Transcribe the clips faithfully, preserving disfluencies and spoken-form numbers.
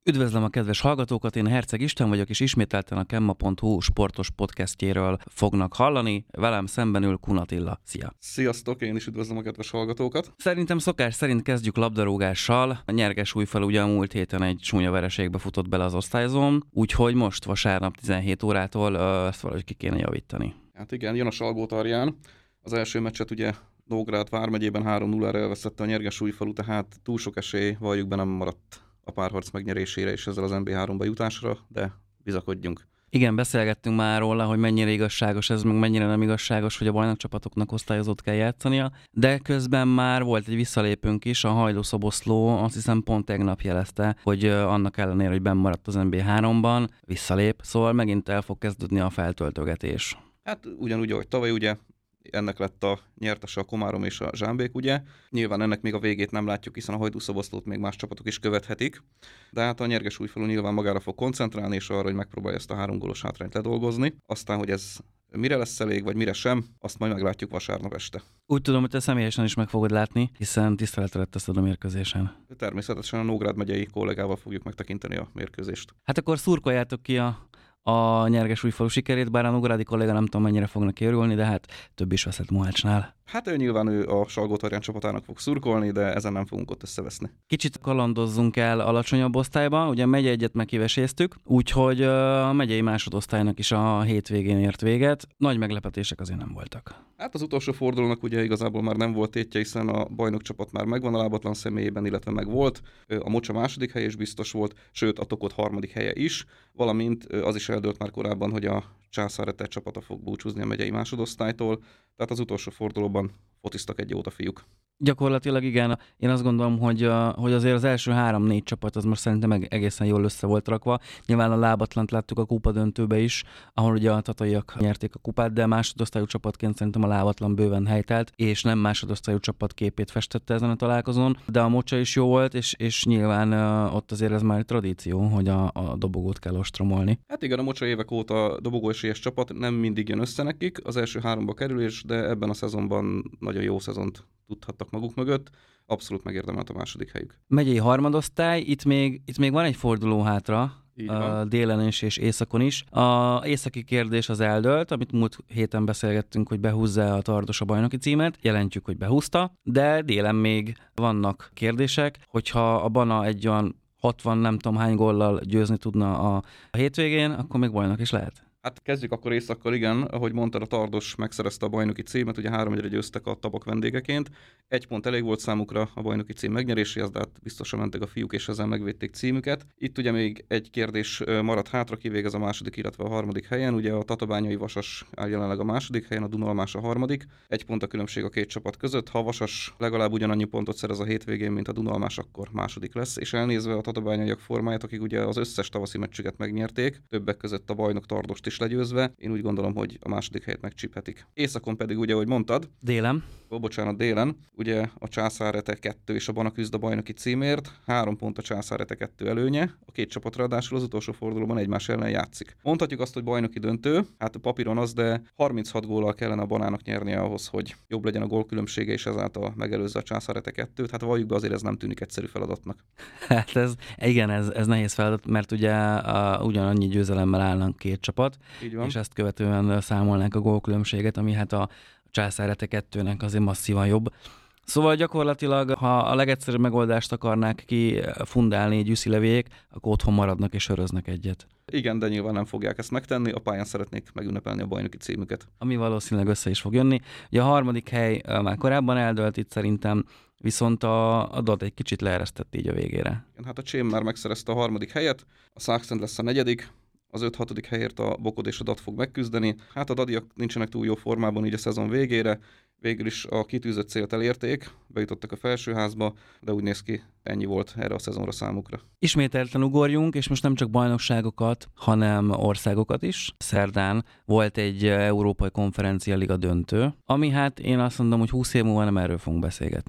Üdvözlöm a kedves hallgatókat, én Herceg István vagyok, és ismételten a kemma pont hu sportos podcastjéről fognak hallani. Velem szemben ül Kun Attila. Szia! Sziasztok, én is üdvözlöm a kedves hallgatókat. Szerintem szokás szerint kezdjük labdarúgással. A Nyergesújfalu ugye a múlt héten egy csúnya vereségbe futott bele az osztályzón, úgyhogy most vasárnap tizenhét órától ezt valahogy ki kéne javítani. Hát igen, jön a Salgótarján. Az első meccset ugye Nógrád vármegyében három nullára elvesztette a Nyergesújfalu, tehát túl sok esély, valljuk be, nem maradt a párharc megnyerésére és ezzel az en bé háromba jutásra, de bizakodjunk. Igen, beszélgettünk már róla, hogy mennyire igazságos ez, meg mennyire nem igazságos, hogy a bajnokcsapatoknak osztályozót kell játszania, de közben már volt egy visszalépünk is, a Hajdú-Szoboszló azt hiszem pont tegnap jelezte, hogy annak ellenére, hogy benn maradt az en bé háromban, visszalép, szóval megint el fog kezdődni a feltöltögetés. Hát ugyanúgy, ahogy tavaly ugye, ennek lett a nyertese a Komárom és a Zsámbék, ugye. Nyilván ennek még a végét nem látjuk, hiszen a Hajdú-Szoboszlót még más csapatok is követhetik, de hát a Nyergesújfalu nyilván magára fog koncentrálni, és arra, hogy megpróbálja ezt a három gólos hátrányt ledolgozni. Aztán, hogy ez mire lesz elég, vagy mire sem, azt majd meglátjuk vasárnap este. Úgy tudom, hogy te személyesen is meg fogod látni, hiszen tiszteletre teszed a mérkőzésen. Természetesen a Nógrád megyei kollégával fogjuk megtekinteni a mérkőzést. Hát akkor szurkoljátok ki a a Nyergesújfalu sikerét, bár a nógrádi kolléga nem tudom mennyire fognak örülni, de hát több is veszett Mohácsnál. Hát ő nyilván ő a Salgótarján csapatának fog szurkolni, de ezen nem fogunk ott összeveszni. Kicsit kalandozzunk el alacsonyabb osztályba, ugye a megye egyet megkiveséztük, úgyhogy a megyei másodosztálynak is a hétvégén ért véget. Nagy meglepetések azért nem voltak. Hát az utolsó fordulónak ugye igazából már nem volt tétje, hiszen a bajnokcsapat már megvan a lábatlan személyében, illetve meg volt. A Mocsa második helye is biztos volt, sőt a Tokod harmadik helye is, valamint az is eldőlt már korábban, hogy a Császár csapata fog búcsúzni a megyei másodosztálytól, tehát az utolsó fordulóban fociztak egy jót a fiúk. Gyakorlatilag igen, én azt gondolom, hogy, hogy azért az első három-négy csapat az most szerintem egészen jól össze volt rakva. Nyilván a lábatlant láttuk a kupa döntőbe is, ahol ugye a tataiak nyerték a kupát, de másodosztályú csapatként szerintem a lábatlan bőven helytelt, és nem másodosztályú csapat képét festette ezen a találkozón, de a Mocsa is jó volt, és, és nyilván ott azért ez már egy tradíció, hogy a, a dobogót kell ostromolni. Hát igen, a Mocsa évek óta dobogóesélyes csapat, nem mindig jön össze nekik az első háromba kerülés, de ebben a szezonban nagyon jó szezont tudhattak maguk mögött, abszolút megérdemelt a második helyük. Megyei harmadosztály, itt még, itt még van egy forduló hátra, a délen is és északon is. A északi kérdés az eldőlt, amit múlt héten beszélgettünk, hogy behúzza a Tardos a bajnoki címet, jelentjük, hogy behúzta, de délen még vannak kérdések, hogyha a Bana egy olyan hatvan nem tudom hány góllal győzni tudna a hétvégén, akkor még bajnok is lehet. Hát kezdjük akkor északkal, igen, ahogy mondtad, a Tardos megszerezte a bajnoki címet, ugye három egyre győztek a Tabak vendégeként. Egy pont elég volt számukra a bajnoki cím megnyeréséhez, de hát biztosan mentek a fiúk, és ezzel megvédték címüket. Itt ugye még egy kérdés maradt hátra, kivégez a második, illetve a harmadik helyen. Ugye a Tatabányai Vasas áll jelenleg a második helyen, a Dunalmás a harmadik. Egy pont a különbség a két csapat között. Ha a Vasas legalább ugyanannyi pontot szerez a hétvégén, mint a Dunalmás, akkor második lesz. És elnézve a tatabányaiak formáját, akik ugye az összes tavaszi meccsüket megnyerték, többek között a bajnok Tardost is legyőzve, én úgy gondolom, hogy a második helyet megcsíphetik. Északon pedig ugye, ahogy mondtad, délen, ó, bocsánat, délen, ugye a Császár kettő és a Bana küzd a bajnoki címért, három pont a Császár kettő előnye, a két csapat ráadásul az utolsó fordulóban egymás ellen játszik. Mondhatjuk azt, hogy bajnoki döntő, hát a papíron az, de harminchat góllal kellene a Banának nyernie ahhoz, hogy jobb legyen a gólkülönbsége, és ezáltal megelőzze a Császár kettőt. Hát valljuk be, azért ez nem tűnik egyszerű feladatnak. Hát ez, igen, ez, ez nehéz feladat, mert ugye a, ugyanannyi győzelemmel állnak két csapat, és ezt követően számolnánk a gólkülönbséget, ami hát a Császár kettőnek azért masszívan jobb. Szóval gyakorlatilag, ha a legegyszerűbb megoldást akarnák kifundálni gyűszilevék, akkor otthon maradnak és söröznek egyet. Igen, de nyilván nem fogják ezt megtenni, a pályán szeretnék megünnepelni a bajnoki címüket. Ami valószínűleg össze is fog jönni. Ugye a harmadik hely már korábban eldőlt itt szerintem, viszont a, a dot egy kicsit leeresztett így a végére. Igen, hát a Csém már megszerezte a harmadik helyet, a Szákszent lesz a negyedik, az öt-hatodik helyért a Bokod és a dot fog megküzdeni. Hát a dadiak nincsenek túl jó formában így a szezon végére, végül is a kitűzött célt elérték, bejutottak a felsőházba, de úgy néz ki, ennyi volt erre a szezonra számukra. Ismételten ugorjunk, és most nem csak bajnokságokat, hanem országokat is. Szerdán volt egy Európai Konferencia Liga döntő, ami hát én azt mondom, hogy húsz év múlva nem erről fogunk beszélgetni.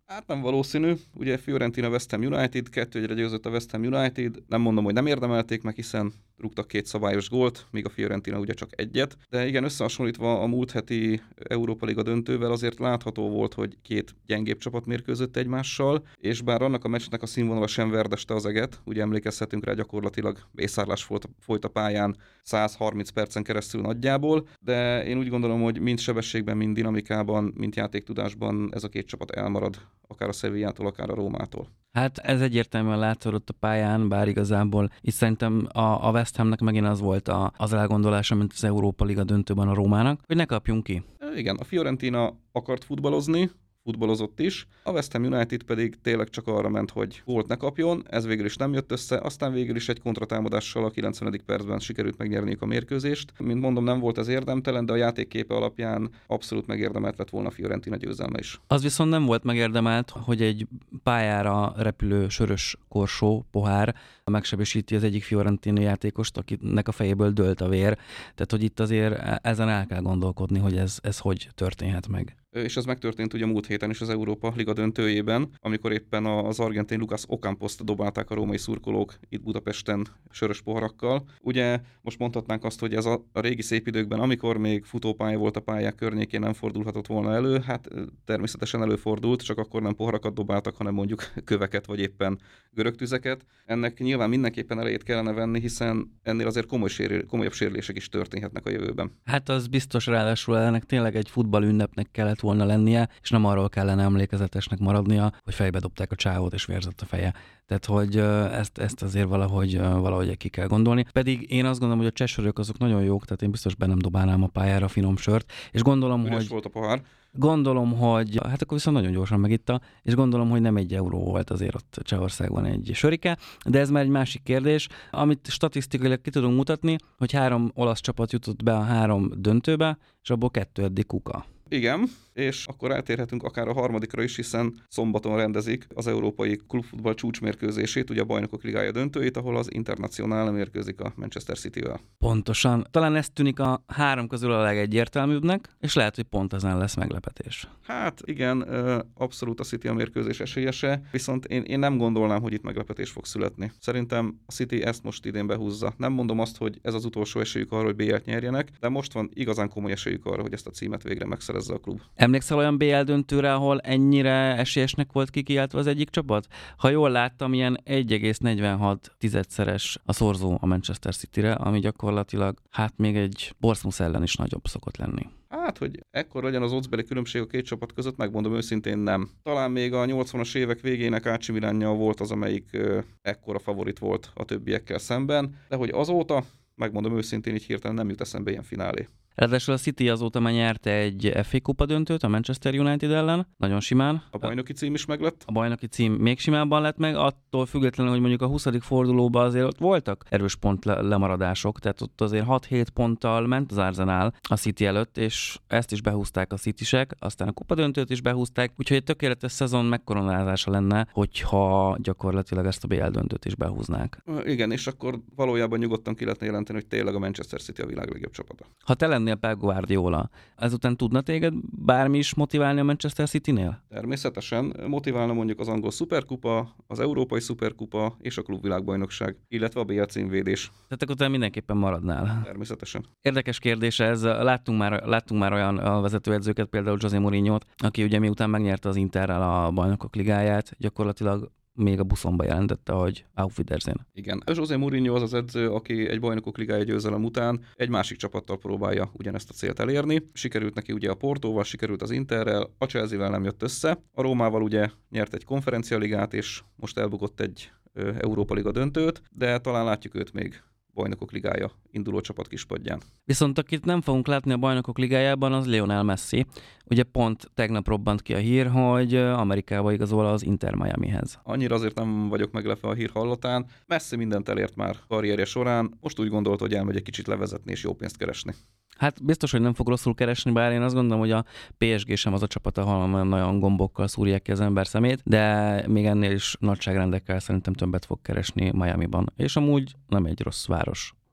Hát nem valószínű. Ugye Fiorentina West Ham United, kettő egyre győzött a West Ham United. Nem mondom, hogy nem érdemelték meg, hiszen rúgtak két szabályos gólt, míg a Fiorentina ugye csak egyet. De igen, összehasonlítva a múlt heti Európa Liga döntővel azért látható volt, hogy két gyengébb csapat mérkőzött egymással, és bár annak a meccsnek a színvonala sem verdeste az eget, ugye emlékezhetünk rá, gyakorlatilag mészárlás folyt a pályán száz harminc percen keresztül nagyjából, de én úgy gondolom, hogy mind sebességben, mind dinamikában, mind játéktudásban ez a két csapat elmarad, akár a Sevillától, akár a Rómától. Hát ez egyértelműen látszott a pályán, bár igazából itt szerintem a, a West Hamnek megint az volt a, az elgondolása, mint az Európa Liga döntőben a Rómának, hogy ne kapjunk ki. Igen, a Fiorentina akart futballozni, futballozott is, a West Ham United pedig tényleg csak arra ment, hogy gólt ne kapjon, ez végül is nem jött össze, aztán végül is egy kontratámadással a kilencvenedik percben sikerült megnyerniük a mérkőzést. Mint mondom, nem volt ez érdemtelen, de a játékképe alapján abszolút megérdemelt lett volna a Fiorentina győzelme is. Az viszont nem volt megérdemelt, hogy egy pályára repülő sörös korsó, pohár megsebesíti az egyik Fiorentina játékost, akinek a fejéből dőlt a vér. Tehát, hogy itt azért ezen el kell gondolkodni, hogy ez, ez hogy történhet meg. És ez megtörtént ugye múlt héten is az Európa Liga döntőjében, amikor éppen az argentin Lucas Ocampost dobálták a római szurkolók itt Budapesten sörös poharakkal. Ugye most mondhatnánk azt, hogy ez a, a régi szép időkben, amikor még futópálya volt a pályák környékén, nem fordulhatott volna elő, hát természetesen előfordult, csak akkor nem poharakat dobáltak, hanem mondjuk köveket vagy éppen görögtüzeket. Ennek nyilván mindenképpen elejét kellene venni, hiszen ennél azért komoly sérül, komolyabb sérülések is történhetnek a jövőben. Hát az biztos, ráadásul ennek tényleg egy futballünnepnek kellett volna lennie, és nem arról kellene emlékezetesnek maradnia, hogy fejbe dobták a csávót és vérzett a feje. Tehát, hogy ezt, ezt azért valahogy, valahogy ki kell gondolni. Pedig én azt gondolom, hogy a csehsörök azok nagyon jók, tehát én biztos be nem dobálnám a pályára finom sört, és gondolom, Üres hogy... volt a pohár. Gondolom, hogy hát akkor viszont nagyon gyorsan megitta, és gondolom, hogy nem egy euró volt azért ott Csehországban egy sörike, de ez már egy másik kérdés, amit statisztikailag ki tudunk mutatni, hogy három olasz csapat jutott be a három döntőbe, és abból kettő eddig kuka. Igen, és akkor eltérhetünk akár a harmadikra is, hiszen szombaton rendezik az európai klubfutball csúcsmérkőzését, ugye a Bajnokok Ligája döntőjét, ahol az Internacional mérkőzik a Manchester Cityvel. Pontosan. Talán ez tűnik a három közül a legegyértelműbbnek, és lehet, hogy pont ezen lesz meglepetés. Hát igen, abszolút a City a mérkőzés esélyese, viszont én, én nem gondolnám, hogy itt meglepetés fog születni. Szerintem a City ezt most idén behúzza. Nem mondom azt, hogy ez az utolsó esélyük arra, hogy bé el-t nyerjenek, de most van igazán komoly esélyük arra, hogy ezt a címet végre megszerezze a klub. Emlékszel olyan bé el döntőre, ahol ennyire esélyesnek volt kikiáltva az egyik csapat? Ha jól láttam, ilyen egy egész negyvenhat tizedszeres a szorzó a Manchester Cityre, ami gyakorlatilag hát még egy Bournemouth ellen is nagyobb szokott lenni. Hát, hogy ekkor legyen az oddsbeli különbség a két csapat között, megmondom őszintén nem. Talán még a nyolcvanas évek végének á cé Milánja volt az, amelyik ö, ekkora favorit volt a többiekkel szemben, de hogy azóta, megmondom őszintén, így hirtelen nem jut eszembe ilyen finálé. Ráadásul a City azóta már nyerte egy ef á kupa döntőt a Manchester United ellen, nagyon simán. A bajnoki cím is meglett. A bajnoki cím még simábban lett meg, attól függetlenül, hogy mondjuk a huszadik fordulóban azért ott voltak erős pont le- lemaradások, tehát ott azért hat-hét ponttal ment az Arsenal a City előtt, és ezt is behúzták a Citysek, aztán a kupa döntőt is behúzták, úgyhogy egy tökéletes szezon megkoronázása lenne, hogyha gyakorlatilag ezt a bé el döntőt is behúznák. Igen, és akkor valójában nyugodtan ki lehetne jelenteni, hogy tényleg a Manchester City a világ legjobb csapata. Ha te lennél Pep Guardiola, ezután tudna téged bármi is motiválni a Manchester Citynél? Természetesen motiválna mondjuk az angol szuperkupa, az európai szuperkupa és a klubvilágbajnokság, illetve a bé el címvédés. Tehát akkor te mindenképpen maradnál. Természetesen. Érdekes kérdés ez, láttunk már, láttunk már olyan vezetőedzőket, például José Mourinhót, aki ugye miután megnyerte az Interrel a Bajnokok Ligáját, gyakorlatilag még a buszomba jelentette, hogy auf Wiedersehen. Igen. José Mourinho az az edző, aki egy Bajnokok Ligája győzelem után egy másik csapattal próbálja ugyanezt a célt elérni. Sikerült neki ugye a Portóval, sikerült az Interrel, a Chelsea-vel nem jött össze. A Rómával ugye nyert egy konferencialigát, és most elbukott egy ö, Európa Liga döntőt, de talán látjuk őt még Bajnokok Ligája induló csapat kispadján. Viszont akit nem fogunk látni a Bajnokok Ligájában, az Lionel Messi. Ugye pont tegnap robbant ki a hír, hogy Amerikába igazol az Inter Miamihez. Annyira azért nem vagyok meglepve a hír hallatán. Messi mindent elért már karrierje során, most úgy gondolta, hogy elmegy egy kicsit levezetni és jó pénzt keresni. Hát biztos, hogy nem fog rosszul keresni, bár én azt gondolom, hogy a pé es gé sem az a csapat, ahol nagyon gombokkal szúrják ki az ember szemét, de még ennél is nagyságrendekkel szerintem többet fog keresni Miamiban. És amúgy nem egy rossz város.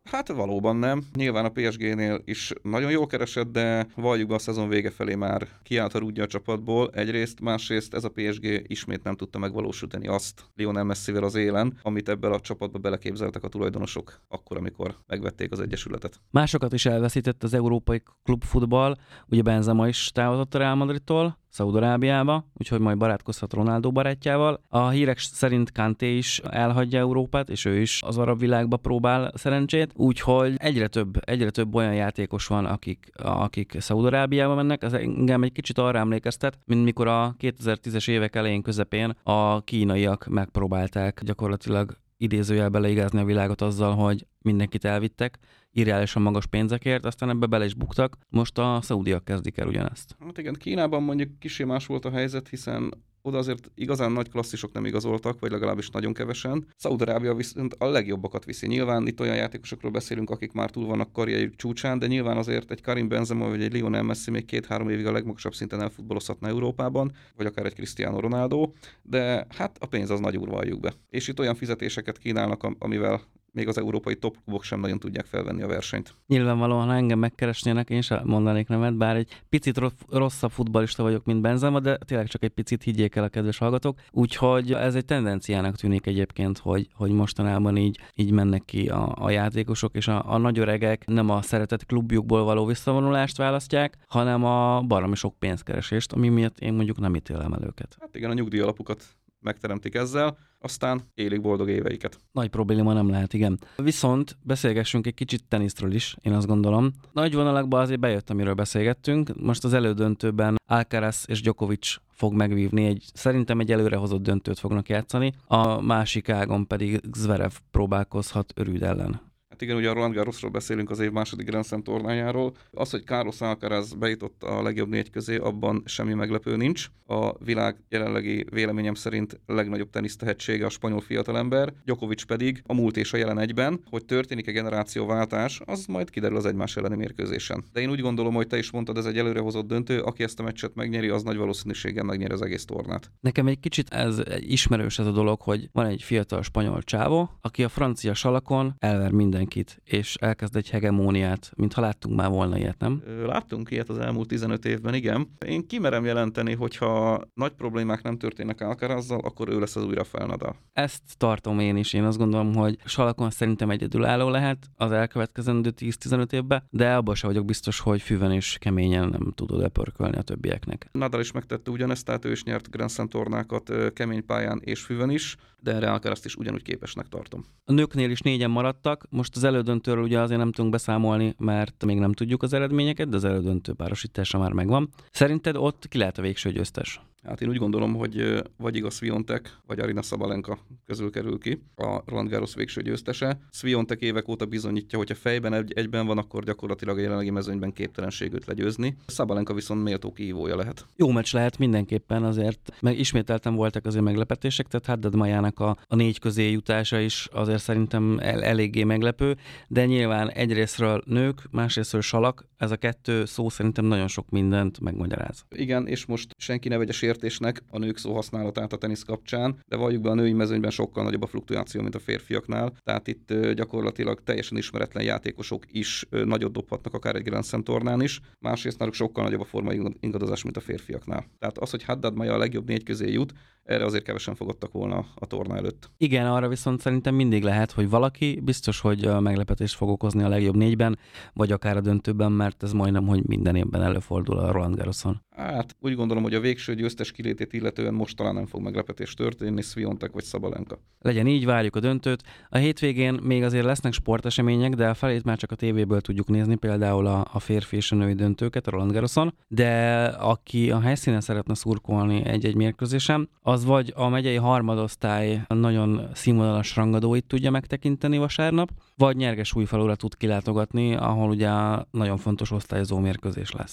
Hát valóban nem. Nyilván a pé es génél is nagyon jól keresett, de valljuk be, a szezon vége felé már kiállt a rúdja a csapatból egyrészt, másrészt ez a pé es gé ismét nem tudta megvalósítani azt Lionel Messivel az élen, amit ebből a csapatba beleképzeltek a tulajdonosok akkor, amikor megvették az egyesületet. Másokat is elveszített az európai klubfutball, ugye Benzema is távozott a Real Madridtól, Szaúd-Arábiába, úgyhogy majd barátkozhat Ronaldo barátjával. A hírek szerint Kanté is elhagyja Európát, és ő is az arab világba próbál szerencsét, úgyhogy egyre több, egyre több olyan játékos van, akik, akik Szaúd-Arábiába mennek. Ez engem egy kicsit arra emlékeztet, mint mikor a kétezer-tízes évek elején közepén a kínaiak megpróbálták gyakorlatilag idézőjelbe leigázni a világot azzal, hogy mindenkit elvittek, irreálisan magas pénzekért, aztán ebbe bele is buktak. Most a szaudiak kezdik el ugyanezt. Hát igen, Kínában mondjuk kicsi más volt a helyzet, hiszen oda azért igazán nagy klasszisok nem igazoltak, vagy legalábbis nagyon kevesen. Szaúd-Arábia viszont a legjobbakat viszi. Nyilván itt olyan játékosokról beszélünk, akik már túl vannak karrierjük csúcsán, de nyilván azért egy Karim Benzema vagy egy Lionel Messi még két-három évig a legmagasabb szinten elfutballozhatna Európában, vagy akár egy Cristiano Ronaldo, de hát a pénz az nagy úr, valljuk be. És itt olyan fizetéseket kínálnak, amivel még az európai topklubok sem nagyon tudják felvenni a versenyt. Nyilvánvalóan, ha engem megkeresnének, én sem mondanék nemet, bár egy picit rosszabb futballista vagyok, mint Benzema, de tényleg csak egy picit higgyék el a kedves hallgatók. Úgyhogy ez egy tendenciának tűnik egyébként, hogy, hogy mostanában így, így mennek ki a, a játékosok, és a, a nagy öregek nem a szeretett klubjukból való visszavonulást választják, hanem a baromi sok pénzkeresést, ami miatt én mondjuk nem ítélem el őket. Hát igen, a nyugdíj alapukat megteremtik ezzel, aztán élik boldog éveiket. Nagy probléma nem lehet, igen. Viszont beszélgessünk egy kicsit teniszről is, én azt gondolom. Nagy vonalakban azért bejött, amiről beszélgettünk. Most az elődöntőben Alcaraz és Djokovic fog megvívni, egy, szerintem egy előrehozott döntőt fognak játszani, a másik ágon pedig Zverev próbálkozhat Rüd ellen. Hát igen, ugye a Roland Garrosról beszélünk, az év második Grand Slam tornájáról. Az, hogy Carlos Alcaraz bejutott a legjobb négy közé, abban semmi meglepő nincs. A világ jelenlegi véleményem szerint legnagyobb tenisztehetsége a spanyol fiatalember, Djokovic pedig a múlt és a jelen egyben. Hogy történik-e generációváltás, az majd kiderül az egymás elleni mérkőzésen. De én úgy gondolom, hogy te is mondtad, ez egy előrehozott döntő, aki ezt a meccset megnyeri, az nagy valószínűséggel megnyeri az egész tornát. Nekem egy kicsit ez ismerős ez a dolog, hogy van egy fiatal spanyol csávó, aki a francia salakon elver minden és elkezd egy hegemóniát, mintha láttunk már volna ilyet, nem? Láttunk ilyet az elmúlt tizenöt évben, igen. Én kimerem jelenteni, hogyha nagy problémák nem történnek Alcarazzal, akkor ő lesz az újra Nadal. Ezt tartom én is. Én azt gondolom, hogy salakon szerintem egyedülálló lehet az elkövetkezendő tíz-tizenöt évben, de abban sem vagyok biztos, hogy füven és keményen nem tudod lepörkölni a többieknek. Nadal is megtette ugyanezt, tehát ő is nyert Grand Slam tornákat kemény pályán és füven is, de erre Alcarazt is ugyanúgy képesnek tartom. A nőknél is négyen maradtak, most az elődöntőről ugye azért nem tudunk beszámolni, mert még nem tudjuk az eredményeket, de az elődöntő párosítása már megvan. Szerinted ott ki lehet a végső győztes? Hát én úgy gondolom, hogy vagy Iga Swiatek, vagy Aryna Sabalenka közül kerül ki a Roland Garros végső győztese. Swiatek évek óta bizonyítja, hogy a fejben egy, egyben van, akkor gyakorlatilag a jelenlegi mezőnyben képtelenség őt legyőzni. Sabalenka viszont méltó kihívója lehet. Jó meccs lehet mindenképpen azért, meg ismételten voltak azért meglepetések, tehát Haddad Majának a, a négy közé jutása is azért szerintem el, eléggé meglepő, de nyilván egyrészről nők, másrészről salak, ez a kettő szó szerintem nagyon sok mindent megmagyaráz. Igen, és most senki ne vegye sértésnek a nők szó használatát a tenisz kapcsán, de valljuk be, a női mezőnyben sokkal nagyobb a fluktuáció, mint a férfiaknál, tehát itt gyakorlatilag teljesen ismeretlen játékosok is nagyot dobhatnak akár egy Grand Slam tornán is, másrészt náluk sokkal nagyobb a formai ingadozás, mint a férfiaknál. Tehát az, hogy Haddad Maja a legjobb négy közé jut, erre azért kevesen fogadtak volna a torna előtt. Igen, arra viszont szerintem mindig lehet, hogy valaki biztos, hogy a meglepetést fog okozni a legjobb négyben, vagy akár a döntőben, mert ez majdnem, hogy minden évben előfordul a Roland Garroson. Hát úgy gondolom, hogy a végső győztes kilétét illetően most talán nem fog meglepetés történni, Swiatek vagy Sabalenka. Legyen így, várjuk a döntőt. A hétvégén még azért lesznek sportesemények, de a felét már csak a tévéből tudjuk nézni, például a, a férfi és a női döntőket a Roland Garroson, de aki a helyszínen szeretne szurkolni egy-egy mérkőzésen, az vagy a megyei harmadosztály nagyon színvonalas rangadóit tudja megtekinteni vasárnap, vagy Nyergesújfalura tud kilátogatni, ahol ugye nagyon fontos osztályozó mérkőzés lesz.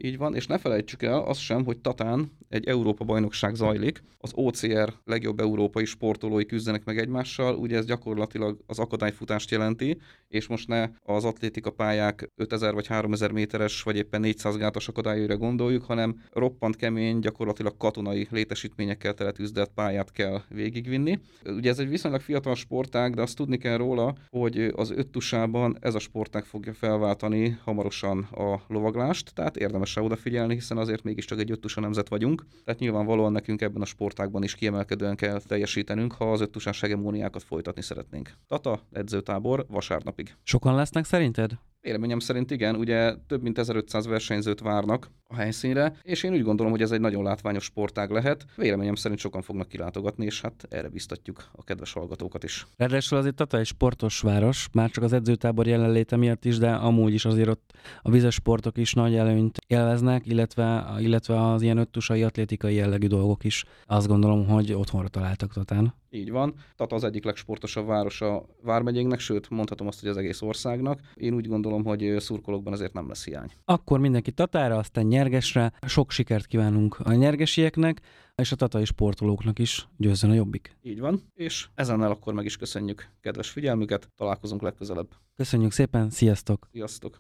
Így van, és ne felejtsük el azt sem, hogy Tatán egy Európa-bajnokság zajlik, az o cé er legjobb európai sportolói küzdenek meg egymással, ugye ez gyakorlatilag az akadályfutást jelenti, és most ne az atlétika pályák ötezer vagy háromezer méteres, vagy éppen négyszáz gátas akadályra gondoljuk, hanem roppant kemény, gyakorlatilag katonai létesítményekkel teletűzdelt pályát kell végigvinni. Ugye ez egy viszonylag fiatal sportág, de azt tudni kell róla, hogy az öttusában ez a sportág fogja felváltani hamarosan a lovaglást, tehát érdemes rá odafigyelni, hiszen azért mégiscsak egy öttusa nemzet vagyunk, tehát nyilvánvalóan nekünk ebben a sportágban is kiemelkedően kell teljesítenünk, ha az öttusás hegemóniákat folytatni szeretnénk. Tata edzőtábor vasárnapig. Sokan lesznek szerinted? Véleményem szerint igen, ugye több mint ezerötszáz versenyzőt várnak a helyszínre, és én úgy gondolom, hogy ez egy nagyon látványos sportág lehet. Véleményem szerint sokan fognak kilátogatni, és hát erre biztatjuk a kedves hallgatókat is. Ráadásul azért Tata egy sportos város, már csak az edzőtábor jelenléte miatt is, de amúgy is azért ott a vizes sportok is nagy előnyt élveznek, illetve, illetve az ilyen öttusai atlétikai jellegű dolgok is. Azt gondolom, hogy otthonra találtak Tatán. Így van. Tata az egyik legsportosabb városa Vármegyénknek, sőt mondhatom azt, hogy az egész országnak. Én úgy gondolom, hogy szurkolókban azért nem lesz hiány. Akkor mindenki Tatára, aztán Nyergesre. Sok sikert kívánunk a nyergesieknek, és a tatai sportolóknak is. Győzzön a jobbik. Így van, és ezennel akkor meg is köszönjük kedves figyelmüket, találkozunk legközelebb. Köszönjük szépen, sziasztok! Sziasztok!